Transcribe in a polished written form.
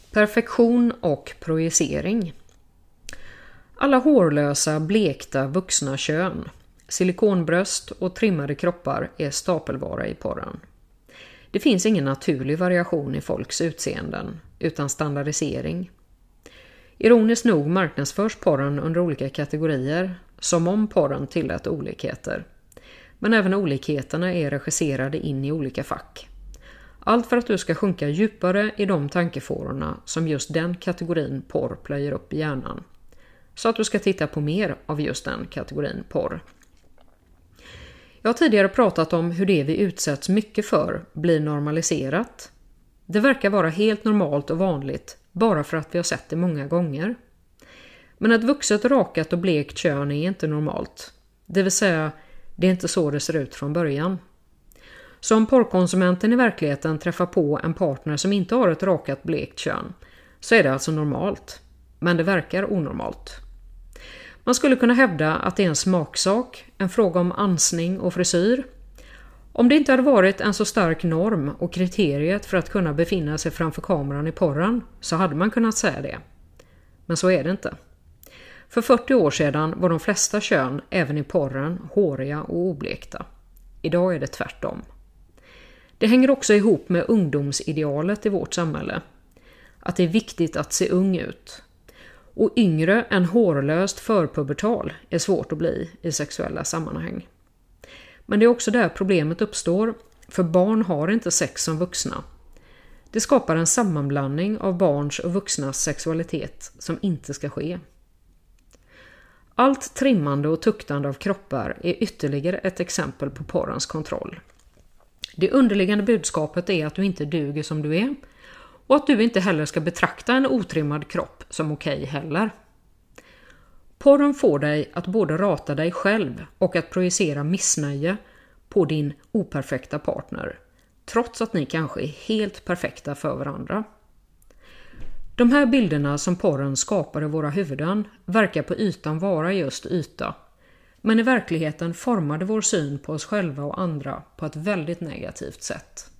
Perfektion och projicering. Alla hårlösa, blekta, vuxna kön, silikonbröst och trimmade kroppar är stapelvara i porren. Det finns ingen naturlig variation i folks utseenden, utan standardisering. Ironiskt nog marknadsförs porren under olika kategorier, som om porren tillät olikheter. Men även olikheterna är regisserade in i olika fack. Allt för att du ska sjunka djupare i de tankefårorna som just den kategorin porr plöjer upp i hjärnan. Så att du ska titta på mer av just den kategorin porr. Jag har tidigare pratat om hur det vi utsätts mycket för blir normaliserat. Det verkar vara helt normalt och vanligt bara för att vi har sett det många gånger. Men ett vuxet rakat och blekt kön är inte normalt. Det vill säga, det är inte så det ser ut från början. Så om porrkonsumenten i verkligheten träffar på en partner som inte har ett rakat blekt kön, så är det alltså normalt. Men det verkar onormalt. Man skulle kunna hävda att det är en smaksak, en fråga om ansning och frisyr. Om det inte hade varit en så stark norm och kriteriet för att kunna befinna sig framför kameran i porren, så hade man kunnat säga det. Men så är det inte. För 40 år sedan var de flesta kön, även i porren, håriga och oblekta. Idag är det tvärtom. Det hänger också ihop med ungdomsidealet i vårt samhälle. Att det är viktigt att se ung ut. Och yngre än hårlöst förpubertal är svårt att bli i sexuella sammanhang. Men det är också där problemet uppstår, för barn har inte sex som vuxna. Det skapar en sammanblandning av barns och vuxnas sexualitet som inte ska ske. Allt trimmande och tuktande av kroppar är ytterligare ett exempel på porrens kontroll. Det underliggande budskapet är att du inte duger som du är och att du inte heller ska betrakta en otrimmad kropp som okej heller. Porren får dig att både rata dig själv och att projicera missnöje på din operfekta partner, trots att ni kanske är helt perfekta för varandra. De här bilderna som porren skapar i våra huvuden verkar på ytan vara just yta, men i verkligheten formade vår syn på oss själva och andra på ett väldigt negativt sätt.